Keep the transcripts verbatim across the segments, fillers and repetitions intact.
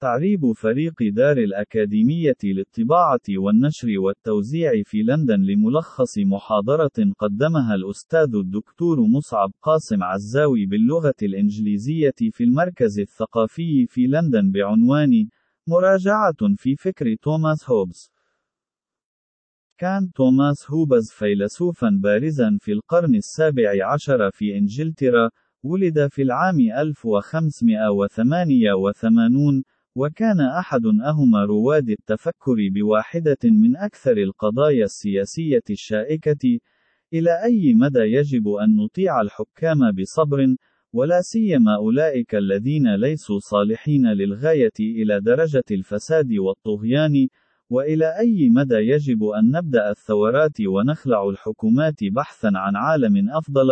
تعريب فريق دار الأكاديمية للطباعة والنشر والتوزيع في لندن لملخص محاضرة قدمها الأستاذ الدكتور مصعب قاسم عزاوي باللغة الإنجليزية في المركز الثقافي في لندن بعنوان مراجعة في فكر توماس هوبز. كان توماس هوبز فيلسوفا بارزا في القرن السابع عشر في إنجلترا. ولد في العام ألف وخمسمائة وثمانية وثمانين، وكان أحد أهم رواد التفكر بواحدة من أكثر القضايا السياسية الشائكة: إلى أي مدى يجب أن نطيع الحكام بصبر، ولا سيما أولئك الذين ليسوا صالحين للغاية إلى درجة الفساد والطغيان، وإلى أي مدى يجب أن نبدأ الثورات ونخلع الحكومات بحثا عن عالم أفضل.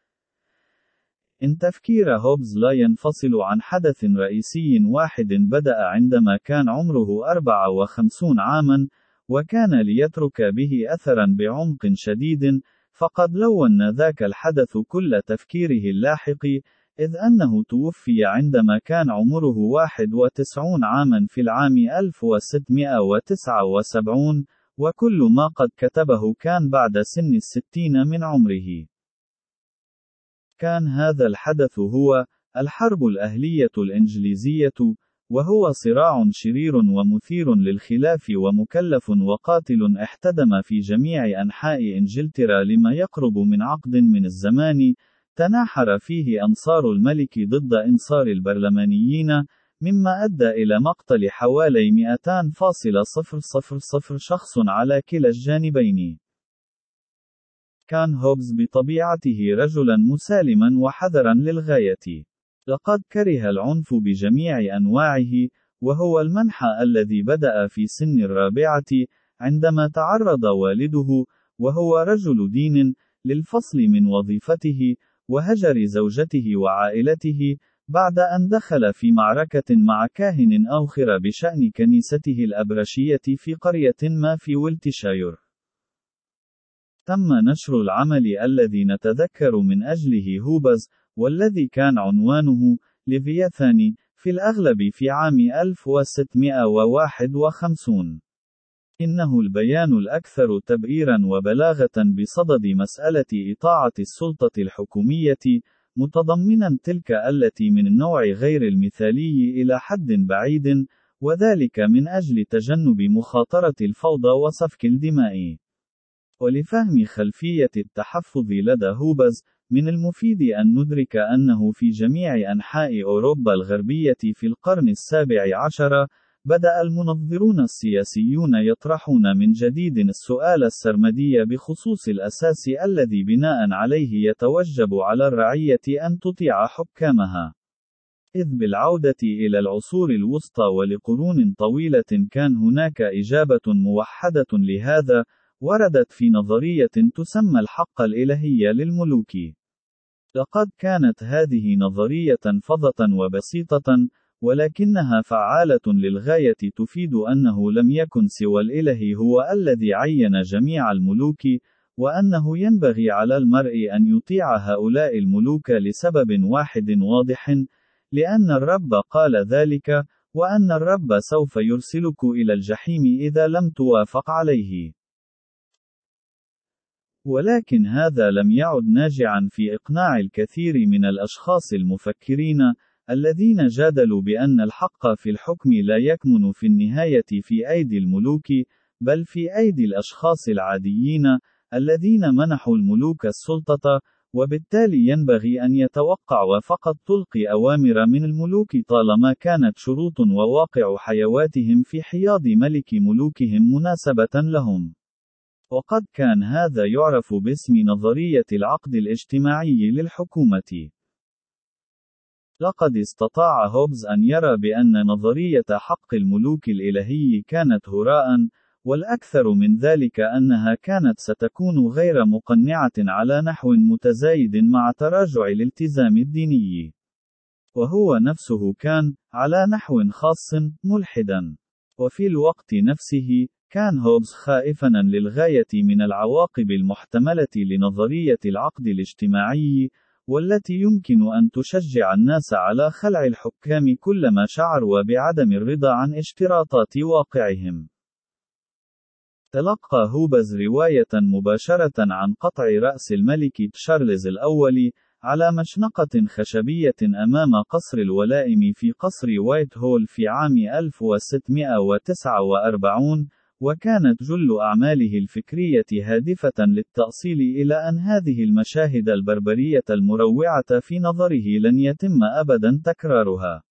إن تفكير هوبز لا ينفصل عن حدث رئيسي واحد بدأ عندما كان عمره أربعة وخمسين عاما، وكان ليترك به أثرا بعمق شديد، فقد لون ذاك الحدث كل تفكيره اللاحق، إذ أنه توفي عندما كان عمره واحد وتسعين عاما في العام ألف وستمائة وتسعة وسبعين، وكل ما قد كتبه كان بعد سن الستين من عمره. كان هذا الحدث هو الحرب الأهلية الإنجليزية، وهو صراع شرير ومثير للخلاف ومكلف وقاتل احتدم في جميع أنحاء إنجلترا لما يقرب من عقد من الزمان، تناحر فيه أنصار الملك ضد إنصار البرلمانيين، مما أدى إلى مقتل حوالي مئتين فاصلة صفر صفر صفر شخص على كلا الجانبين. كان هوبز بطبيعته رجلا مسالما وحذرا للغاية. لقد كره العنف بجميع أنواعه، وهو المنحى الذي بدأ في سن الرابعة، عندما تعرض والده، وهو رجل دين، للفصل من وظيفته، وهجر زوجته وعائلته، بعد أن دخل في معركة مع كاهن آخر بشأن كنيسته الأبرشية في قرية ما في ويلتشاير. تم نشر العمل الذي نتذكر من أجله هوبز، والذي كان عنوانه ليفياثان، في الأغلب في عام ألف وستمائة وواحد وخمسين. إنه البيان الأكثر تبريرا وبلاغة بصدد مسألة إطاعة السلطة الحكومية، متضمنا تلك التي من النوع غير المثالي إلى حد بعيد، وذلك من أجل تجنب مخاطرة الفوضى وسفك الدماء. ولفهم خلفية التحفظ لدى هوبز، من المفيد أن ندرك أنه في جميع أنحاء أوروبا الغربية في القرن السابع عشر، بدأ المنظرون السياسيون يطرحون من جديد السؤال السرمدي بخصوص الأساس الذي بناء عليه يتوجب على الرعية أن تطيع حكامها. إذ بالعودة إلى العصور الوسطى ولقرون طويلة كان هناك إجابة موحدة لهذا، وردت في نظرية تسمى الحق الإلهي للملوك. لقد كانت هذه نظرية فظة وبسيطة، ولكنها فعالة للغاية، تفيد أنه لم يكن سوى الإله هو الذي عين جميع الملوك، وأنه ينبغي على المرء أن يطيع هؤلاء الملوك لسبب واحد واضح: لأن الرب قال ذلك، وأن الرب سوف يرسلك إلى الجحيم إذا لم توافق عليه. ولكن هذا لم يعد ناجعا في إقناع الكثير من الأشخاص المفكرين، الذين جادلوا بأن الحق في الحكم لا يكمن في النهاية في أيدي الملوك، بل في أيدي الأشخاص العاديين، الذين منحوا الملوك السلطة، وبالتالي ينبغي أن يتوقع فقط تلقي أوامر من الملوك طالما كانت شروط وواقع حيواتهم في حياض ملك ملوكهم مناسبة لهم. وقد كان هذا يعرف باسم نظرية العقد الاجتماعي للحكومة. لقد استطاع هوبز أن يرى بأن نظرية حق الملوك الإلهي كانت هراء، والأكثر من ذلك أنها كانت ستكون غير مقنعة على نحو متزايد مع تراجع الالتزام الديني. وهو نفسه كان، على نحو خاص، ملحدا. وفي الوقت نفسه، كان هوبز خائفاً للغاية من العواقب المحتملة لنظرية العقد الاجتماعي، والتي يمكن أن تشجع الناس على خلع الحكام كلما شعروا بعدم الرضا عن اشتراطات واقعهم. تلقى هوبز رواية مباشرة عن قطع رأس الملك تشارلز الأول على مشنقة خشبية أمام قصر الولائم في قصر وايت هول في عام ألف وستمائة وتسعة وأربعين، وكانت جل أعماله الفكرية هادفة للتأصيل إلى أن هذه المشاهد البربرية المروعة في نظره لن يتم أبدا تكرارها.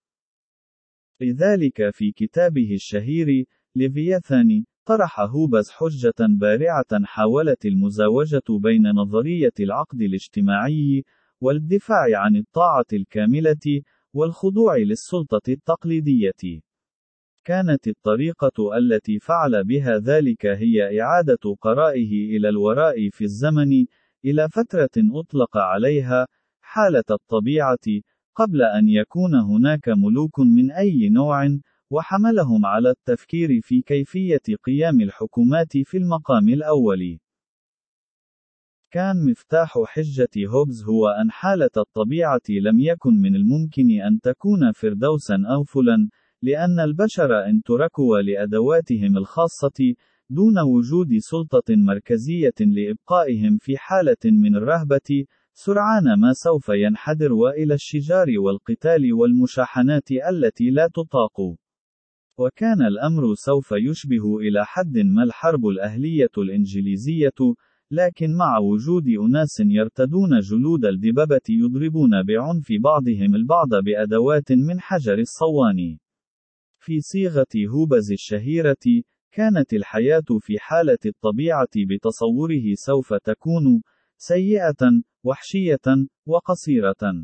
لذلك في كتابه الشهير ليفياثان، طرح هوبز حجة بارعة حاولت المزاوجة بين نظرية العقد الاجتماعي، والدفاع عن الطاعة الكاملة، والخضوع للسلطة التقليدية. كانت الطريقة التي فعل بها ذلك هي إعادة قرائه إلى الوراء في الزمن، إلى فترة أطلق عليها حالة الطبيعة، قبل أن يكون هناك ملوك من أي نوع، وحملهم على التفكير في كيفية قيام الحكومات في المقام الأول. كان مفتاح حجة هوبز هو أن حالة الطبيعة لم يكن من الممكن أن تكون فردوسا أو فلا، لأن البشر إن تركوا لأدواتهم الخاصة، دون وجود سلطة مركزية لإبقائهم في حالة من الرهبة، سرعان ما سوف ينحدروا إلى الشجار والقتال والمشاحنات التي لا تطاق. وكان الأمر سوف يشبه إلى حد ما الحرب الأهلية الإنجليزية، لكن مع وجود أناس يرتدون جلود الدببة يضربون بعنف بعضهم البعض بأدوات من حجر الصوان. في صيغة هوبز الشهيرة، كانت الحياة في حالة الطبيعة بتصوره سوف تكون سيئة، وحشية، وقصيرة.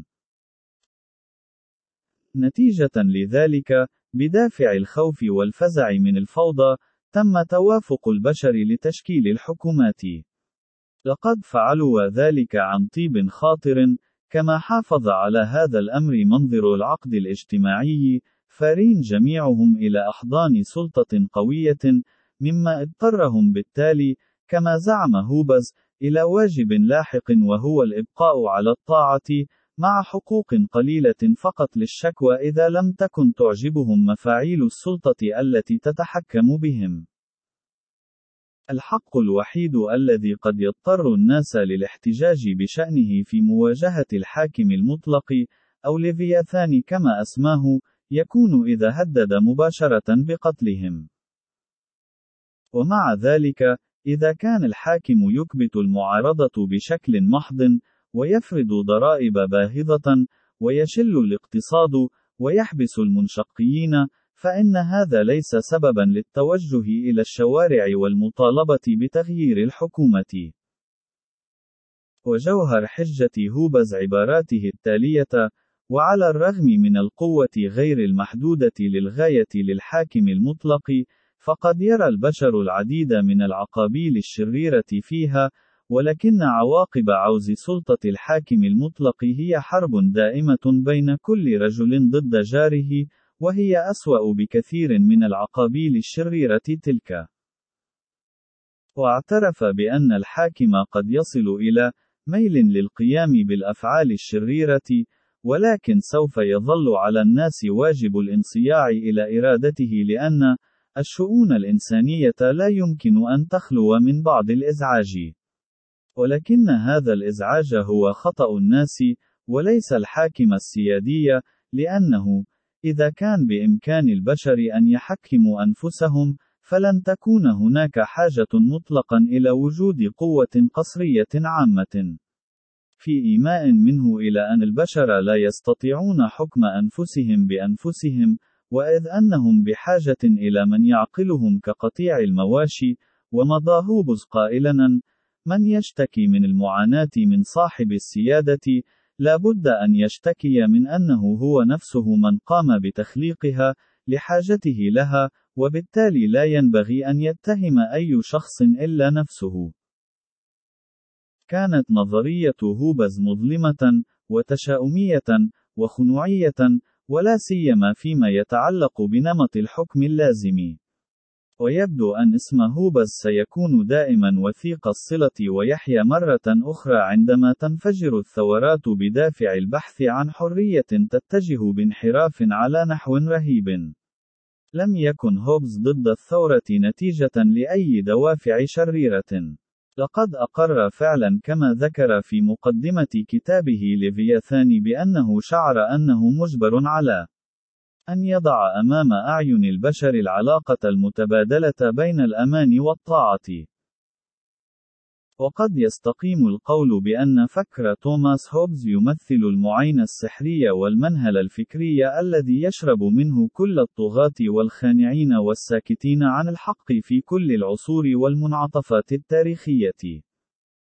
نتيجة لذلك، بدافع الخوف والفزع من الفوضى، تم توافق البشر لتشكيل الحكومات. لقد فعلوا ذلك عن طيب خاطر، كما حافظ على هذا الأمر منظر العقد الاجتماعي، فارين جميعهم إلى أحضان سلطة قوية، مما اضطرهم بالتالي، كما زعم هوبز، إلى واجب لاحق وهو الإبقاء على الطاعة، مع حقوق قليلة فقط للشكوى إذا لم تكن تعجبهم مفاعيل السلطة التي تتحكم بهم. الحق الوحيد الذي قد يضطر الناس للاحتجاج بشأنه في مواجهة الحاكم المطلق، أو ليفياثان كما أسماه، يكون إذا هدد مباشرة بقتلهم. ومع ذلك، إذا كان الحاكم يكبت المعارضة بشكل محض، ويفرض ضرائب باهظة، ويشل الاقتصاد، ويحبس المنشقيين، فإن هذا ليس سببا للتوجه إلى الشوارع والمطالبة بتغيير الحكومة. وجوهر حجة هوبز عباراته التالية: وعلى الرغم من القوة غير المحدودة للغاية للحاكم المطلق، فقد يرى البشر العديد من العقابيل الشريرة فيها، ولكن عواقب عوز سلطة الحاكم المطلق هي حرب دائمة بين كل رجل ضد جاره، وهي أسوأ بكثير من العقابيل الشريرة تلك. واعترف بأن الحاكم قد يصل إلى ميل للقيام بالأفعال الشريرة، ولكن سوف يظل على الناس واجب الانصياع إلى إرادته، لأن الشؤون الإنسانية لا يمكن أن تخلو من بعض الإزعاج. ولكن هذا الإزعاج هو خطأ الناس، وليس الحاكم السيادي، لأنه إذا كان بإمكان البشر أن يحكموا أنفسهم، فلن تكون هناك حاجة مطلقا إلى وجود قوة قصرية عامة. في إيماء منه إلى أن البشر لا يستطيعون حكم أنفسهم بأنفسهم، وإذ أنهم بحاجة إلى من يعقلهم كقطيع المواشي، ومضى هوبز قائلاً: من يشتكي من المعاناة من صاحب السيادة، لا بد أن يشتكي من أنه هو نفسه من قام بتخليقها، لحاجته لها، وبالتالي لا ينبغي أن يتهم أي شخص إلا نفسه. كانت نظرية هوبز مظلمة، وتشاؤمية، وخنوعية، ولا سيما فيما يتعلق بنمط الحكم اللازم. ويبدو أن اسم هوبز سيكون دائما وثيق الصلة ويحيا مرة أخرى عندما تنفجر الثورات بدافع البحث عن حرية تتجه بانحراف على نحو رهيب. لم يكن هوبز ضد الثورة نتيجة لأي دوافع شريرة. لقد أقر فعلا كما ذكر في مقدمة كتابه ليفياثان بأنه شعر أنه مجبر على أن يضع أمام أعين البشر العلاقة المتبادلة بين الأمان والطاعة. وقد يستقيم القول بأن فكر توماس هوبز يمثل المعين السحري والمنهل الفكري الذي يشرب منه كل الطغاة والخانعين والساكتين عن الحق في كل العصور والمنعطفات التاريخية.